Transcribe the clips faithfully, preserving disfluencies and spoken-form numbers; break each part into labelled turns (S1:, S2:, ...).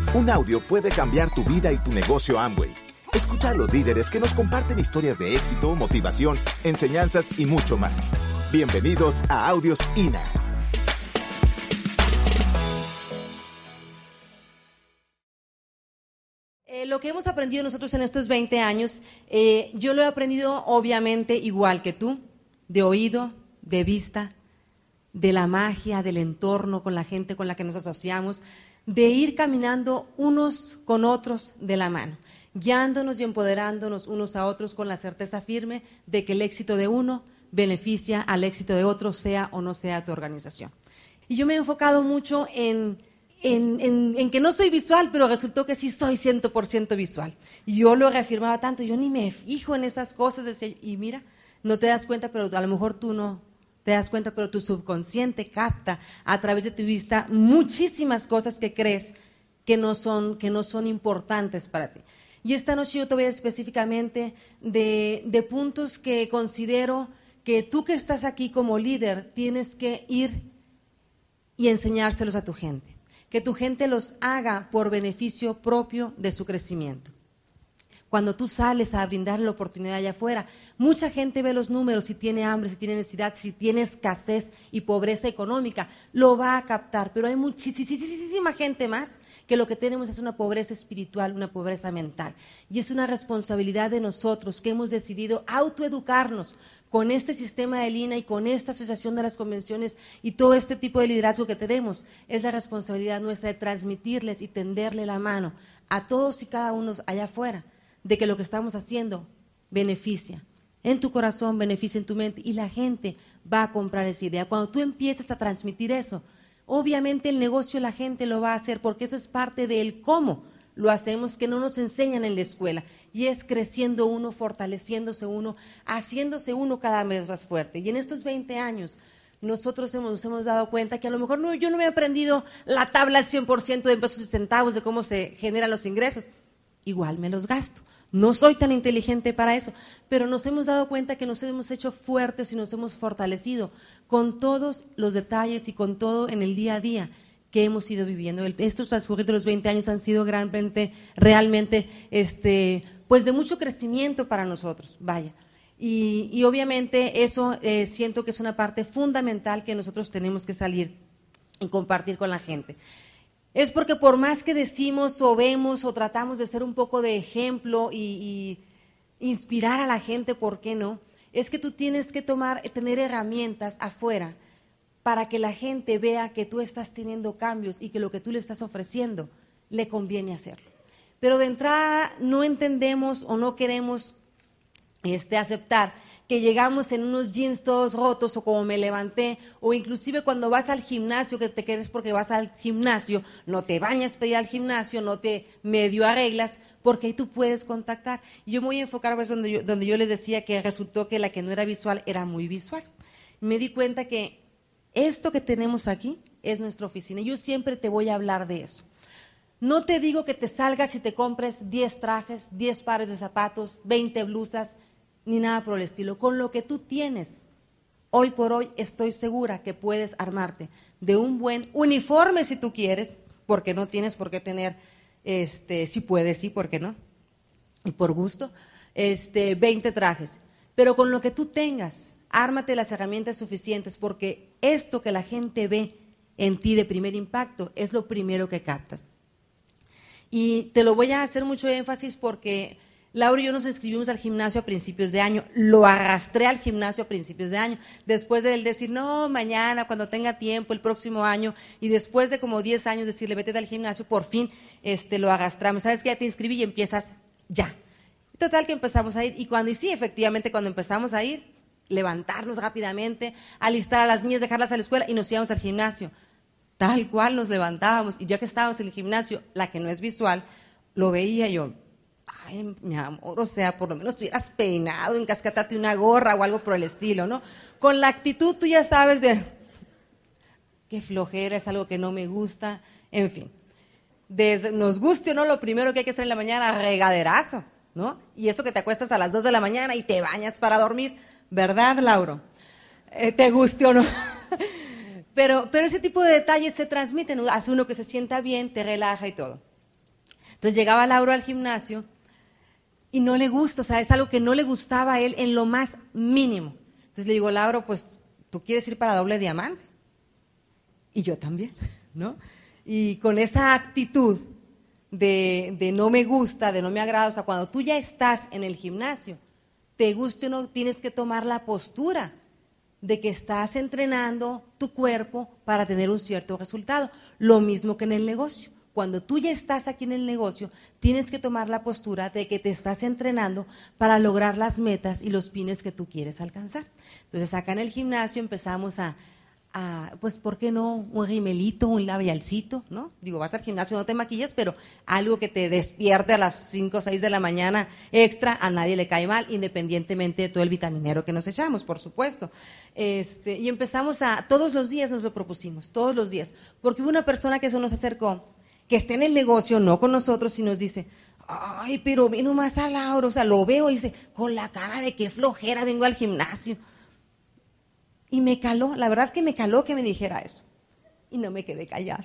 S1: Un audio puede cambiar tu vida y tu negocio Amway. Escucha a los líderes que nos comparten historias de éxito, motivación, enseñanzas y mucho más. Bienvenidos a Audios I N A.
S2: Eh, lo que hemos aprendido nosotros en estos veinte años, eh, yo lo he aprendido obviamente igual que tú, de oído, de vista, de la magia, del entorno, con la gente con la que nos asociamos, de ir caminando unos con otros de la mano, guiándonos y empoderándonos unos a otros con la certeza firme de que el éxito de uno beneficia al éxito de otro, sea o no sea tu organización. Y yo me he enfocado mucho en, en, en, en que no soy visual, pero resultó que sí soy cien por ciento visual. Y yo lo reafirmaba tanto, yo ni me fijo en esas cosas, decía, y mira, no te das cuenta, pero a lo mejor tú no te das cuenta, pero tu subconsciente capta a través de tu vista muchísimas cosas que crees que no son, que no son importantes para ti. Y esta noche yo te voy a específicamente de, de puntos que considero que tú que estás aquí como líder tienes que ir y enseñárselos a tu gente, que tu gente los haga por beneficio propio de su crecimiento. Cuando tú sales a brindar la oportunidad allá afuera, mucha gente ve los números, si tiene hambre, si tiene necesidad, si tiene escasez y pobreza económica, lo va a captar, pero hay muchísima gente más que lo que tenemos es una pobreza espiritual, una pobreza mental, y es una responsabilidad de nosotros que hemos decidido autoeducarnos con este sistema de Lina y con esta asociación de las convenciones y todo este tipo de liderazgo que tenemos. Es la responsabilidad nuestra de transmitirles y tenderle la mano a todos y cada uno allá afuera, de que lo que estamos haciendo beneficia en tu corazón, beneficia en tu mente, y la gente va a comprar esa idea. Cuando tú empiezas a transmitir eso, obviamente el negocio la gente lo va a hacer, porque eso es parte del cómo lo hacemos, que no nos enseñan en la escuela, y es creciendo uno, fortaleciéndose uno, haciéndose uno cada vez más fuerte. Y en estos veinte años nosotros hemos, nos hemos dado cuenta que a lo mejor no, yo no me he aprendido la tabla al cien por ciento de pesos y centavos de cómo se generan los ingresos, igual me los gasto. No soy tan inteligente para eso, pero nos hemos dado cuenta que nos hemos hecho fuertes y nos hemos fortalecido con todos los detalles y con todo en el día a día que hemos ido viviendo. Estos transcurridos de los veinte años han sido realmente, realmente, este, pues de mucho crecimiento para nosotros, vaya. Y, y obviamente eso eh, siento que es una parte fundamental que nosotros tenemos que salir y compartir con la gente. Es porque por más que decimos o vemos o tratamos de ser un poco de ejemplo y, y inspirar a la gente, ¿por qué no? Es que tú tienes que tomar, tener herramientas afuera para que la gente vea que tú estás teniendo cambios y que lo que tú le estás ofreciendo le conviene hacerlo. Pero de entrada no entendemos o no queremos este, aceptar que llegamos en unos jeans todos rotos o como me levanté, o inclusive cuando vas al gimnasio, que te quedes porque vas al gimnasio, no te bañas para ir al gimnasio, no te medio arreglas, porque ahí tú puedes contactar. Y yo me voy a enfocar pues, donde, yo, donde yo les decía que resultó que la que no era visual era muy visual. Me di cuenta que esto que tenemos aquí es nuestra oficina, y yo siempre te voy a hablar de eso. No te digo que te salgas y te compres diez trajes, diez pares de zapatos, veinte blusas, ni nada por el estilo. Con lo que tú tienes, hoy por hoy estoy segura que puedes armarte de un buen uniforme si tú quieres, porque no tienes por qué tener, este, si puedes, sí, ¿por qué no? Y por gusto, este, veinte trajes. Pero con lo que tú tengas, ármate las herramientas suficientes, porque esto que la gente ve en ti de primer impacto es lo primero que captas. Y te lo voy a hacer mucho énfasis porque Laura y yo nos inscribimos al gimnasio a principios de año, lo arrastré al gimnasio a principios de año, después de él decir, no, mañana, cuando tenga tiempo, el próximo año, y después de como diez años decirle, vete al gimnasio, por fin este, lo arrastramos. ¿Sabes qué? Ya te inscribí y empiezas ya. Total que empezamos a ir, y cuando, y sí, efectivamente, cuando empezamos a ir, levantarnos rápidamente, alistar a las niñas, dejarlas a la escuela, y nos íbamos al gimnasio. Tal cual nos levantábamos, y ya que estábamos en el gimnasio, la que no es visual, lo veía yo. Ay, mi amor, o sea, por lo menos te hubieras peinado, encascatarte una gorra o algo por el estilo, ¿no? Con la actitud tú ya sabes de, qué flojera, es algo que no me gusta, en fin. Desde, nos guste o no, lo primero que hay que hacer en la mañana, regaderazo, ¿no? Y eso que te acuestas a las dos de la mañana y te bañas para dormir, ¿verdad, Lauro? Eh, ¿Te guste o no? pero, pero ese tipo de detalles se transmiten, hace uno que se sienta bien, te relaja y todo. Entonces llegaba Lauro al gimnasio y no le gusta, o sea, es algo que no le gustaba a él en lo más mínimo. Entonces le digo, Lauro, pues tú quieres ir para doble diamante. Y yo también, ¿no? Y con esa actitud de, de no me gusta, de no me agrada, o sea, cuando tú ya estás en el gimnasio, te guste o no, tienes que tomar la postura de que estás entrenando tu cuerpo para tener un cierto resultado. Lo mismo que en el negocio. Cuando tú ya estás aquí en el negocio, tienes que tomar la postura de que te estás entrenando para lograr las metas y los fines que tú quieres alcanzar. Entonces, acá en el gimnasio empezamos a, a pues, ¿por qué no? Un rimelito, un labialcito, ¿no? Digo, vas al gimnasio, no te maquillas, pero algo que te despierte a las cinco o seis de la mañana extra, a nadie le cae mal, independientemente de todo el vitaminero que nos echamos, por supuesto. Este, y empezamos a, todos los días nos lo propusimos, todos los días, porque hubo una persona que se nos acercó, que está en el negocio, no con nosotros, y nos dice, ay, pero ve nomás a Lauro, o sea, lo veo y dice, con la cara de qué flojera vengo al gimnasio. Y me caló, la verdad que me caló que me dijera eso. Y no me quedé callada.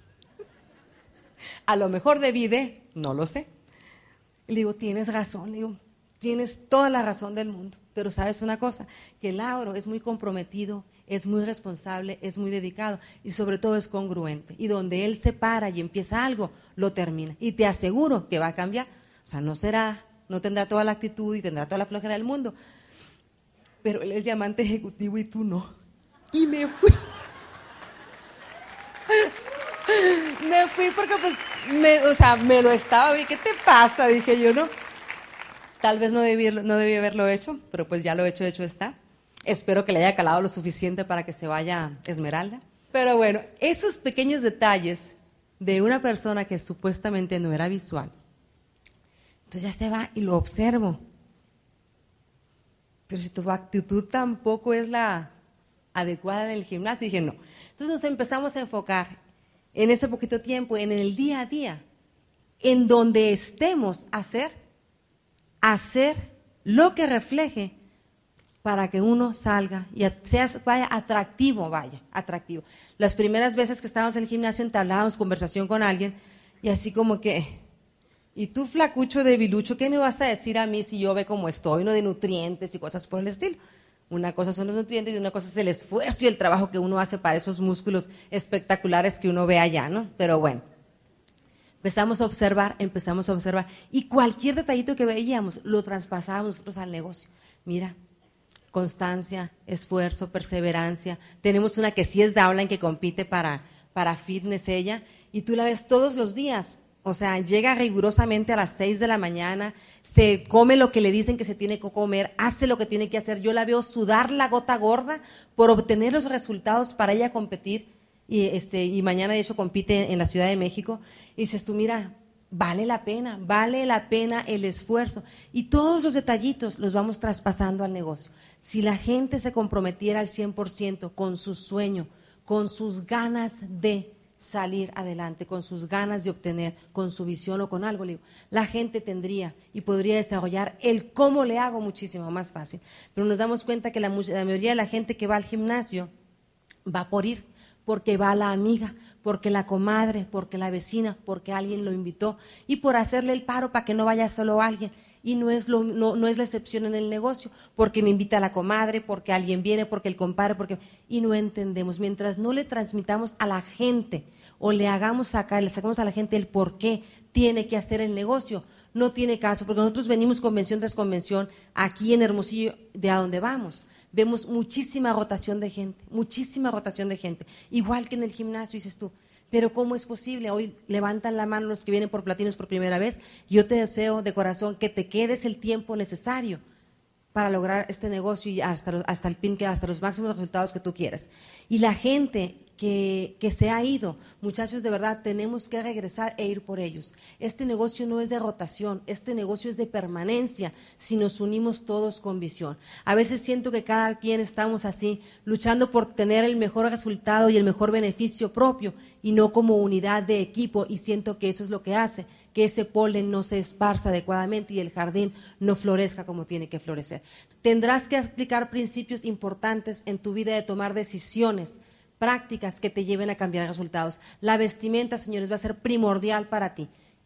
S2: A lo mejor debí de, no lo sé. Le digo, tienes razón, le digo, tienes toda la razón del mundo. Pero sabes una cosa, que Lauro es muy comprometido, es muy responsable, es muy dedicado y sobre todo es congruente. Y donde él se para y empieza algo, lo termina. Y te aseguro que va a cambiar. O sea, no será, no tendrá toda la actitud y tendrá toda la flojera del mundo. Pero él es diamante ejecutivo y tú no. Y me fui. Me fui porque pues, me, o sea, me lo estaba, ¿qué te pasa? Dije yo, no. Tal vez no debí, no debí haberlo hecho, pero pues ya lo hecho, hecho está. Espero que le haya calado lo suficiente para que se vaya Esmeralda. Pero bueno, esos pequeños detalles de una persona que supuestamente no era visual, entonces ya se va y lo observo. Pero si tu actitud tampoco es la adecuada en el gimnasio, dije no. Entonces nos empezamos a enfocar en ese poquito tiempo, en el día a día, en donde estemos a hacer, hacer lo que refleje para que uno salga y sea, vaya atractivo, vaya, atractivo. Las primeras veces que estábamos en el gimnasio entablábamos conversación con alguien y así como que, y tú flacucho debilucho, ¿qué me vas a decir a mí si yo ve cómo estoy, no de nutrientes y cosas por el estilo? Una cosa son los nutrientes y una cosa es el esfuerzo y el trabajo que uno hace para esos músculos espectaculares que uno ve allá, ¿no? Pero bueno, empezamos a observar, empezamos a observar y cualquier detallito que veíamos lo traspasábamos nosotros al negocio. Mira, constancia, esfuerzo, perseverancia. Tenemos una que sí es downline que compite para, para fitness ella y tú la ves todos los días. O sea, llega rigurosamente a las seis de la mañana, se come lo que le dicen que se tiene que comer, hace lo que tiene que hacer. Yo la veo sudar la gota gorda por obtener los resultados para ella competir y, este, y mañana de hecho compite en la Ciudad de México. Y dices tú, mira, vale la pena, vale la pena el esfuerzo. Y todos los detallitos los vamos traspasando al negocio. Si la gente se comprometiera al cien por ciento con su sueño, con sus ganas de salir adelante, con sus ganas de obtener, con su visión o con algo, le digo, la gente tendría y podría desarrollar el cómo le hago muchísimo más fácil. Pero nos damos cuenta que la, la mayoría de la gente que va al gimnasio va por ir, porque va la amiga, porque la comadre, porque la vecina, porque alguien lo invitó y por hacerle el paro para que no vaya solo alguien. Y no es, lo, no, no es la excepción en el negocio, porque me invita la comadre, porque alguien viene, porque el compadre, porque... Y no entendemos, mientras no le transmitamos a la gente o le hagamos sacar, le sacamos a la gente el por qué tiene que hacer el negocio, no tiene caso, porque nosotros venimos convención tras convención aquí en Hermosillo, de a donde vamos. Vemos muchísima rotación de gente, muchísima rotación de gente, igual que en el gimnasio, dices tú. Pero ¿cómo es posible? Hoy levantan la mano los que vienen por Platinos por primera vez. Yo te deseo de corazón que te quedes el tiempo necesario para lograr este negocio y hasta, hasta el pin, que hasta los máximos resultados que tú quieras. Y la gente que, que se ha ido, muchachos, de verdad, tenemos que regresar e ir por ellos. Este negocio no es de rotación, este negocio es de permanencia si nos unimos todos con visión. A veces siento que cada quien estamos así, luchando por tener el mejor resultado y el mejor beneficio propio y no como unidad de equipo, y siento que eso es lo que hace que ese polen no se esparza adecuadamente y el jardín no florezca como tiene que florecer. Tendrás que aplicar principios importantes en tu vida de tomar decisiones prácticas que te lleven a cambiar resultados. La vestimenta, señores, va a ser primordial para ti.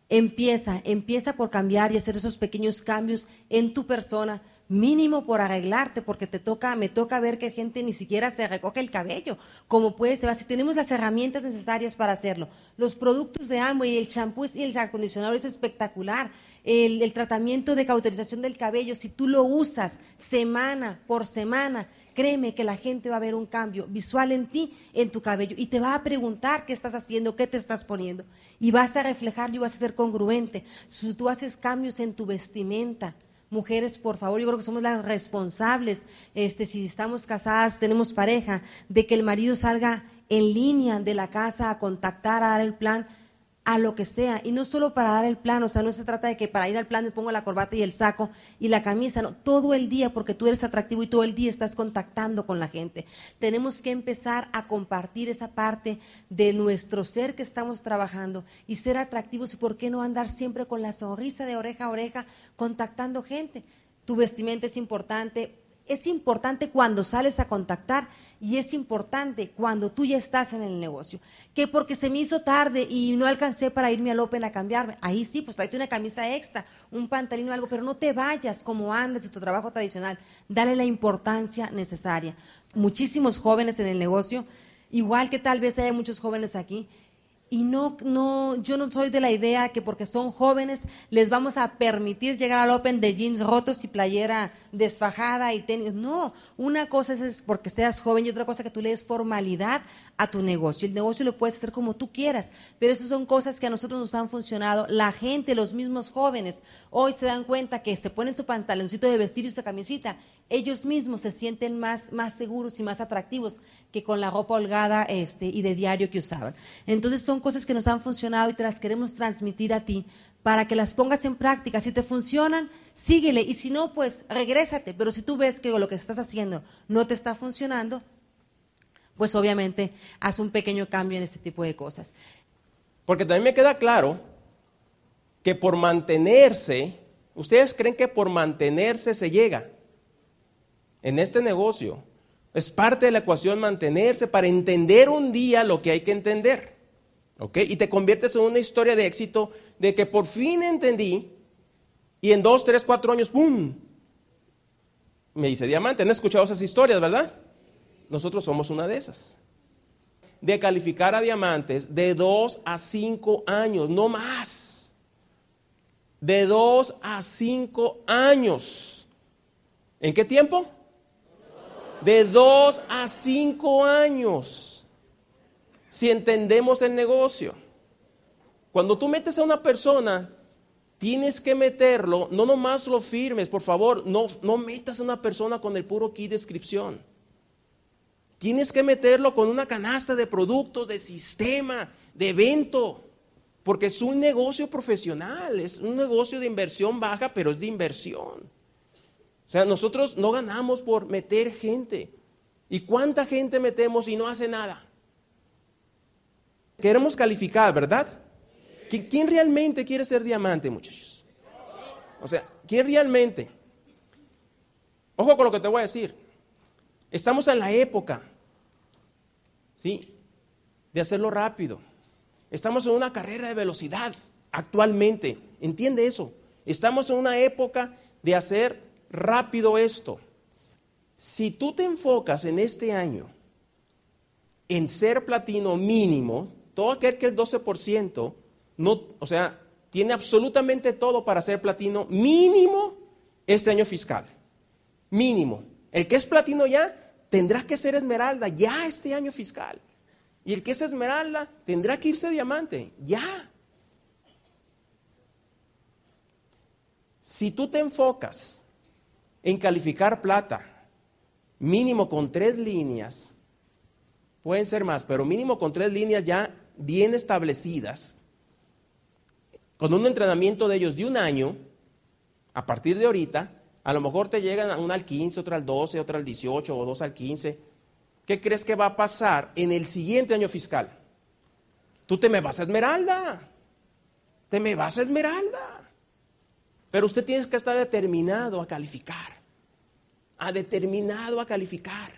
S2: Empieza, empieza por cambiar y hacer esos pequeños cambios en tu persona, mínimo por arreglarte, porque te toca, me toca ver que gente ni siquiera se recoge el cabello, como puede ser, si tenemos las herramientas necesarias para hacerlo. Los productos de Amway, el champú y el acondicionador es espectacular, el, el tratamiento de cauterización del cabello, si tú lo usas semana por semana, créeme que la gente va a ver un cambio visual en ti, en tu cabello, y te va a preguntar qué estás haciendo, qué te estás poniendo, y vas a reflejarlo y vas a ser congruente. Si tú haces cambios en tu vestimenta, mujeres, por favor, yo creo que somos las responsables, este, si estamos casadas, tenemos pareja, de que el marido salga en línea de la casa a contactar, a dar el plan, a lo que sea, y no solo para dar el plan, o sea, no se trata de que para ir al plan me pongo la corbata y el saco y la camisa, no, todo el día, porque tú eres atractivo y todo el día estás contactando con la gente. Tenemos que empezar a compartir esa parte de nuestro ser que estamos trabajando y ser atractivos, y por qué no andar siempre con la sonrisa de oreja a oreja contactando gente. Tu vestimenta es importante. Es importante cuando sales a contactar y es importante cuando tú ya estás en el negocio. Que porque se me hizo tarde y no alcancé para irme al Open a cambiarme, ahí sí, pues tráete una camisa extra, un pantalón o algo, pero no te vayas como andas de tu trabajo tradicional. Dale la importancia necesaria. Muchísimos jóvenes en el negocio, igual que tal vez haya muchos jóvenes aquí, y no, no, yo no soy de la idea que porque son jóvenes les vamos a permitir llegar al Open de jeans rotos y playera desfajada y tenis. No, una cosa es porque seas joven y otra cosa que tú le des formalidad a tu negocio. El negocio lo puedes hacer como tú quieras, pero esas son cosas que a nosotros nos han funcionado. La gente, los mismos jóvenes, hoy se dan cuenta que se ponen su pantaloncito de vestir y su camisita, ellos mismos se sienten más, más seguros y más atractivos que con la ropa holgada este, y de diario que usaban. Entonces son cosas que nos han funcionado y te las queremos transmitir a ti para que las pongas en práctica. Si te funcionan, síguele, y si no, pues regrésate, pero si tú ves que lo que estás haciendo no te está funcionando, pues obviamente haz un pequeño cambio en este tipo de cosas.
S3: Porque también me queda claro que por mantenerse, ¿ustedes creen que por mantenerse se llega? En este negocio es parte de la ecuación mantenerse para entender un día lo que hay que entender, ¿ok? Y te conviertes en una historia de éxito de que por fin entendí y en dos, tres, cuatro años, ¡pum!, me hice diamante. ¿Han escuchado esas historias, verdad? Nosotros somos una de esas. De calificar a diamantes de dos a cinco años, no más. De dos a cinco años. ¿En qué tiempo? De dos a cinco años. Si entendemos el negocio. Cuando tú metes a una persona, tienes que meterlo, no nomás lo firmes, por favor, no, no metas a una persona con el puro kit de inscripción. Tienes que meterlo con una canasta de productos, de sistema, de evento, porque es un negocio profesional, es un negocio de inversión baja, pero es de inversión. O sea, nosotros no ganamos por meter gente. ¿Y cuánta gente metemos y no hace nada? Queremos calificar, ¿verdad? ¿Quién realmente quiere ser diamante, muchachos? O sea, ¿quién realmente? Ojo con lo que te voy a decir. Estamos en la época, ¿sí?, de hacerlo rápido. Estamos en una carrera de velocidad actualmente. ¿Entiende eso? Estamos en una época de hacer rápido esto. Si tú te enfocas en este año en ser platino mínimo, todo aquel que el doce por ciento, no, o sea, tiene absolutamente todo para ser platino mínimo este año fiscal. Mínimo. El que es platino ya tendrá que ser esmeralda ya este año fiscal. Y el que es esmeralda tendrá que irse diamante ya. Si tú te enfocas en calificar plata, mínimo con tres líneas, pueden ser más, pero mínimo con tres líneas ya bien establecidas, con un entrenamiento de ellos de un año, a partir de ahorita, a lo mejor te llegan a una al quince, otra al doce, otra al dieciocho o dos al quince. ¿Qué crees que va a pasar en el siguiente año fiscal? Tú te me vas a esmeralda, te me vas a esmeralda. Pero usted tiene que estar determinado a calificar, a determinado a calificar.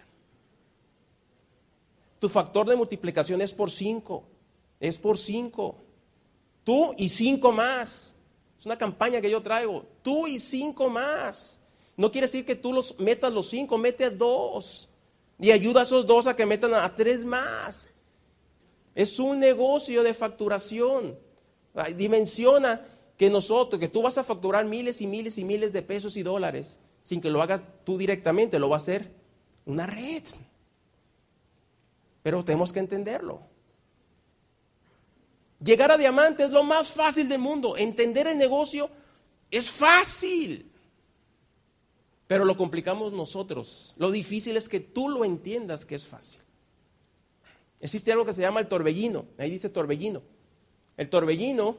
S3: Tu factor de multiplicación es por cinco, es por cinco. Tú y cinco más. Es una campaña que yo traigo. Tú y cinco más. No quiere decir que tú los metas los cinco, mete a dos. Y ayuda a esos dos a que metan a, a tres más. Es un negocio de facturación. Dimensiona que nosotros, que tú vas a facturar miles y miles y miles de pesos y dólares sin que lo hagas tú directamente, lo va a hacer una red. Pero tenemos que entenderlo. Llegar a diamante es lo más fácil del mundo. Entender el negocio es fácil. Pero lo complicamos nosotros. Lo difícil es que tú lo entiendas que es fácil. Existe algo que se llama el torbellino. Ahí dice torbellino. El torbellino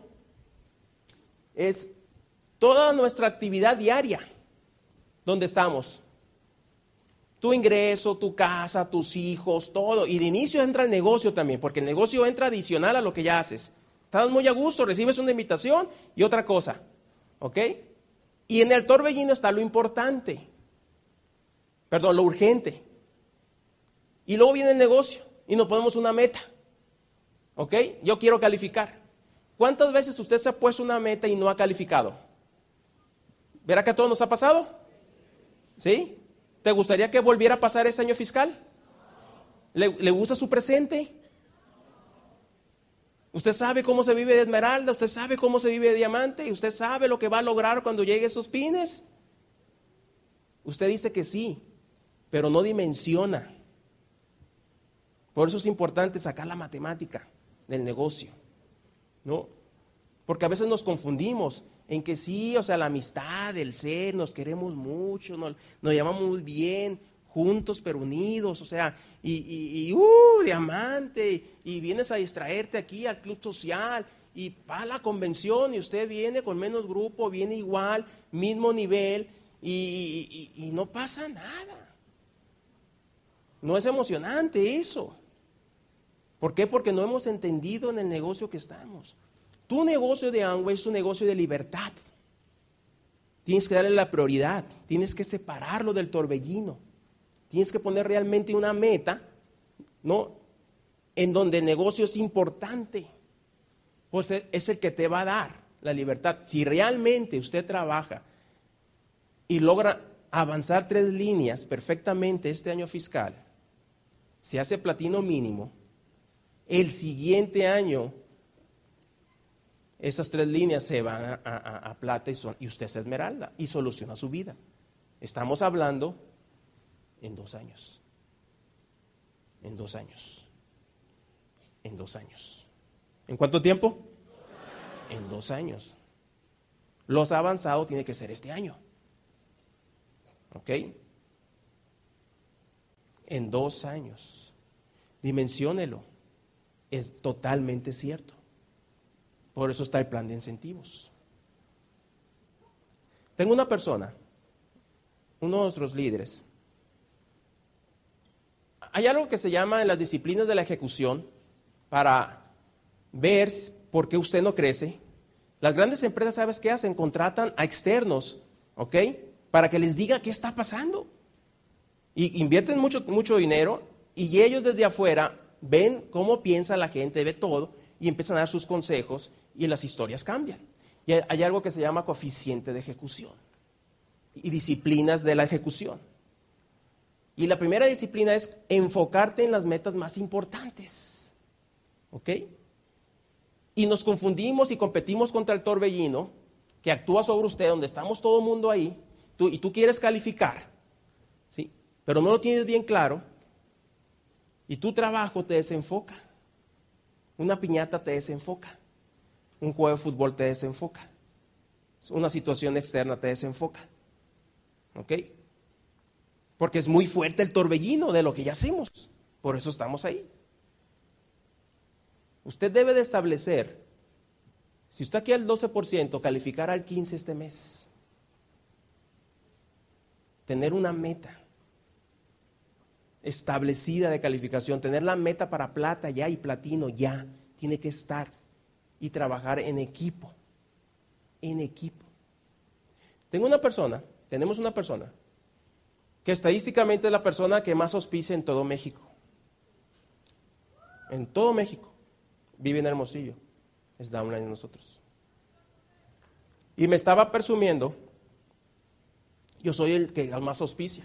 S3: es toda nuestra actividad diaria. ¿Dónde estamos? Tu ingreso, tu casa, tus hijos, todo. Y de inicio entra el negocio también, porque el negocio entra adicional a lo que ya haces. Estás muy a gusto, recibes una invitación y otra cosa. ¿Ok? Y en el torbellino está lo importante. Perdón, lo urgente. Y luego viene el negocio y nos ponemos una meta. ¿Ok? Yo quiero calificar. ¿Cuántas veces usted se ha puesto una meta y no ha calificado? ¿Verá que a todos nos ha pasado? ¿Sí? ¿Te gustaría que volviera a pasar ese año fiscal? ¿Le, le gusta su presente? Usted sabe cómo se vive de esmeralda, usted sabe cómo se vive de diamante, y usted sabe lo que va a lograr cuando llegue a esos pines. Usted dice que sí, pero no dimensiona. Por eso es importante sacar la matemática del negocio, ¿no? Porque a veces nos confundimos en que sí, o sea, la amistad, el ser, nos queremos mucho, nos, nos llamamos muy bien, juntos pero unidos, o sea, y, y, y uh, diamante, y vienes a distraerte aquí al club social, y va a la convención, y usted viene con menos grupo, viene igual, mismo nivel, y, y, y no pasa nada. No es emocionante eso. ¿Por qué? Porque no hemos entendido en el negocio que estamos. Tu negocio de Amway es un negocio de libertad. Tienes que darle la prioridad, tienes que separarlo del torbellino. Tienes que poner realmente una meta, ¿no? En donde el negocio es importante. Pues es el que te va a dar la libertad. Si realmente usted trabaja y logra avanzar tres líneas perfectamente este año fiscal, se hace platino mínimo, el siguiente año esas tres líneas se van a, a, a plata y, son, y usted se esmeralda y soluciona su vida. Estamos hablando en dos años. En dos años. En dos años. ¿En cuánto tiempo? En dos años. Los avanzados tiene que ser este año. ¿Ok? En dos años. Dimensiónelo. Es totalmente cierto. Por eso está el plan de incentivos. Tengo una persona, uno de nuestros líderes. Hay algo que se llama en las disciplinas de la ejecución para ver por qué usted no crece. Las grandes empresas, ¿sabes qué hacen? Contratan a externos, ¿ok? Para que les diga qué está pasando. Y invierten mucho, mucho dinero y ellos desde afuera ven cómo piensa la gente, ve todo y empiezan a dar sus consejos y las historias cambian. Y hay algo que se llama coeficiente de ejecución y disciplinas de la ejecución. Y la primera disciplina es enfocarte en las metas más importantes. ¿Ok? Y nos confundimos y competimos contra el torbellino que actúa sobre usted, donde estamos todo el mundo ahí, tú, y tú quieres calificar, ¿sí? Pero no lo tienes bien claro, y tu trabajo te desenfoca. Una piñata te desenfoca. Un juego de fútbol te desenfoca. Una situación externa te desenfoca. ¿Ok? Porque es muy fuerte el torbellino de lo que ya hacemos. Por eso estamos ahí. Usted debe de establecer, si usted aquí al doce por ciento, calificar al quince por ciento este mes. Tener una meta establecida de calificación, tener la meta para plata ya y platino ya, tiene que estar y trabajar en equipo, en equipo. Tengo una persona, tenemos una persona, que estadísticamente es la persona que más auspicia en todo México, en todo México, vive en Hermosillo, es downline en nosotros. Y me estaba presumiendo, yo soy el que más auspicia,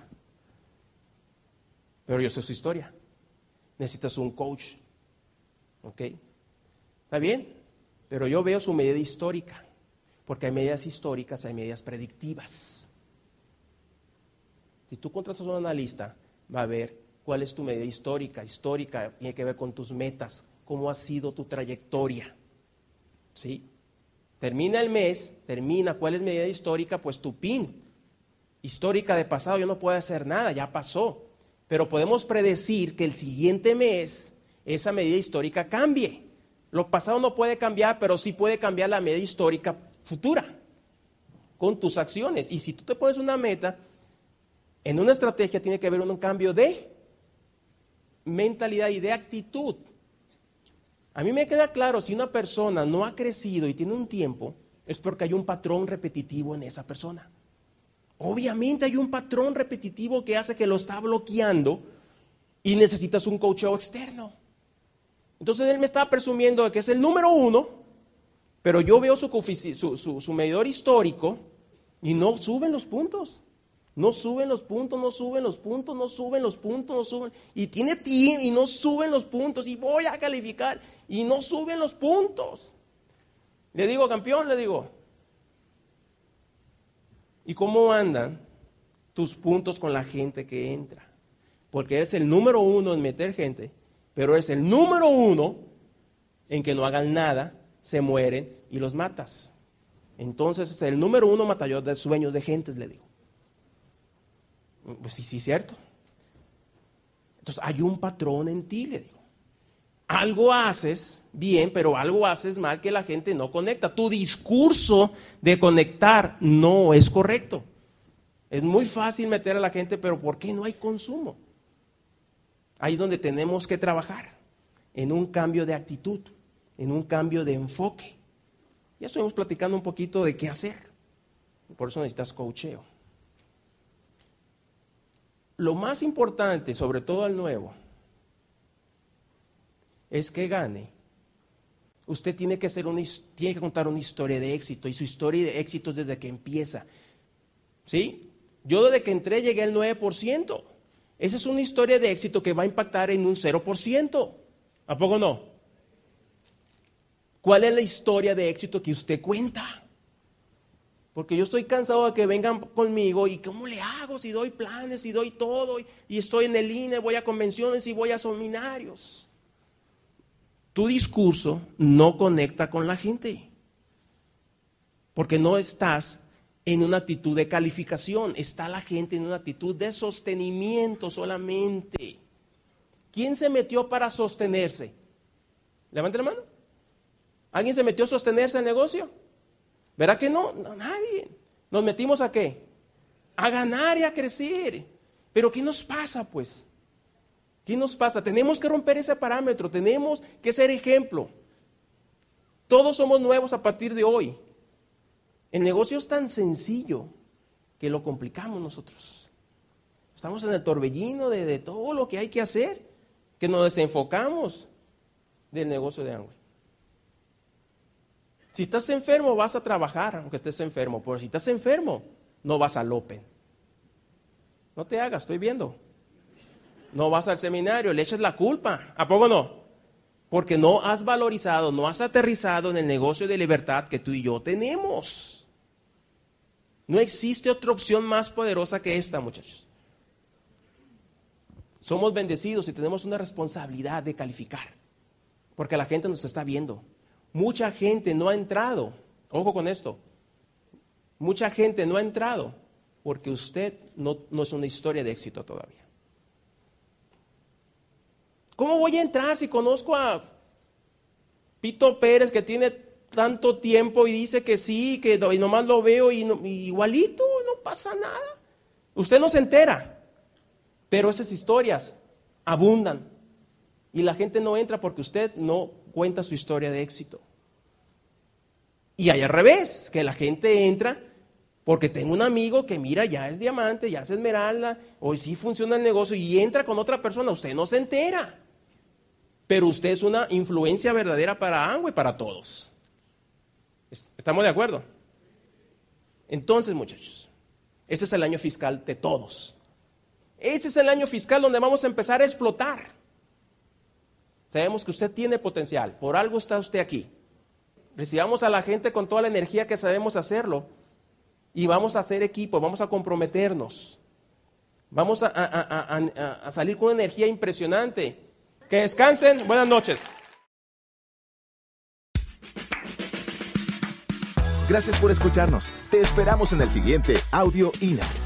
S3: pero yo sé su historia. Necesitas un coach, ¿ok? ¿Está bien? Pero yo veo su medida histórica, porque hay medidas históricas, hay medidas predictivas. Si tú contratas a un analista, va a ver cuál es tu medida histórica. Histórica tiene que ver con tus metas, cómo ha sido tu trayectoria, ¿sí? Termina el mes, termina, ¿cuál es medida histórica? Pues tu P I N. Histórica de pasado, yo no puedo hacer nada, ya pasó. Pero podemos predecir que el siguiente mes esa medida histórica cambie. Lo pasado no puede cambiar, pero sí puede cambiar la medida histórica futura con tus acciones. Y si tú te pones una meta, en una estrategia tiene que haber un cambio de mentalidad y de actitud. A mí me queda claro, si una persona no ha crecido y tiene un tiempo, es porque hay un patrón repetitivo en esa persona. Obviamente hay un patrón repetitivo que hace que lo está bloqueando y necesitas un coacheo externo. Entonces él me estaba presumiendo de que es el número uno, pero yo veo su, su, su, su medidor histórico y no suben los puntos. No suben los puntos, no suben los puntos, no suben los puntos, no suben. Y tiene team y no suben los puntos y voy a calificar y no suben los puntos. Le digo, campeón, le digo, ¿y cómo andan tus puntos con la gente que entra? Porque eres el número uno en meter gente, pero eres el número uno en que no hagan nada, se mueren y los matas. Entonces es el número uno matador de sueños de gentes, le digo. Pues sí, sí, cierto. Entonces hay un patrón en ti, le digo. Algo haces bien, pero algo haces mal que la gente no conecta. Tu discurso de conectar no es correcto. Es muy fácil meter a la gente, pero ¿por qué no hay consumo? Ahí es donde tenemos que trabajar, en un cambio de actitud, en un cambio de enfoque. Ya estuvimos platicando un poquito de qué hacer. Por eso necesitas coacheo. Lo más importante, sobre todo al nuevo, es que gane. Usted tiene que, hacer una, tiene que contar una historia de éxito, y su historia de éxito es desde que empieza. ¿Sí? Yo desde que entré llegué al nueve por ciento. Esa es una historia de éxito que va a impactar en un cero por ciento. ¿A poco no? ¿Cuál es la historia de éxito que usted cuenta? Porque yo estoy cansado de que vengan conmigo y ¿cómo le hago si doy planes, si doy todo? Y, y estoy en el I N E, voy a convenciones y voy a seminarios. Tu discurso no conecta con la gente. Porque no estás en una actitud de calificación, está la gente en una actitud de sostenimiento solamente. ¿Quién se metió para sostenerse? Levante la mano. ¿Alguien se metió a sostenerse al negocio? ¿Verdad que no? No, nadie. ¿Nos metimos a qué? A ganar y a crecer. Pero ¿qué nos pasa, pues? ¿Qué nos pasa? Tenemos que romper ese parámetro, tenemos que ser ejemplo. Todos somos nuevos a partir de hoy. El negocio es tan sencillo que lo complicamos nosotros. Estamos en el torbellino de, de todo lo que hay que hacer, que nos desenfocamos del negocio de Amway. Si estás enfermo, vas a trabajar, aunque estés enfermo. Pero si estás enfermo, no vas al Open. No te hagas, estoy viendo. No vas al seminario, le echas la culpa. ¿A poco no? Porque no has valorizado, no has aterrizado en el negocio de libertad que tú y yo tenemos. No existe otra opción más poderosa que esta, muchachos. Somos bendecidos y tenemos una responsabilidad de calificar. Porque la gente nos está viendo. Mucha gente no ha entrado, ojo con esto, mucha gente no ha entrado porque usted no, no es una historia de éxito todavía. ¿Cómo voy a entrar si conozco a Pito Pérez que tiene tanto tiempo y dice que sí, que y nomás lo veo y, no, y igualito, no pasa nada? Usted no se entera, pero esas historias abundan y la gente no entra porque usted no cuenta su historia de éxito. Y hay al revés, que la gente entra porque tengo un amigo que mira, ya es diamante, ya es esmeralda, hoy sí funciona el negocio y entra con otra persona, usted no se entera. Pero usted es una influencia verdadera para Amway, para todos. ¿Estamos de acuerdo? Entonces, muchachos, ese es el año fiscal de todos. Ese es el año fiscal donde vamos a empezar a explotar. Sabemos que usted tiene potencial, por algo está usted aquí. Recibamos a la gente con toda la energía que sabemos hacerlo y vamos a hacer equipo, vamos a comprometernos. Vamos a, a, a, a, a salir con una energía impresionante. Que descansen, buenas noches.
S1: Gracias por escucharnos. Te esperamos en el siguiente Audio I N A.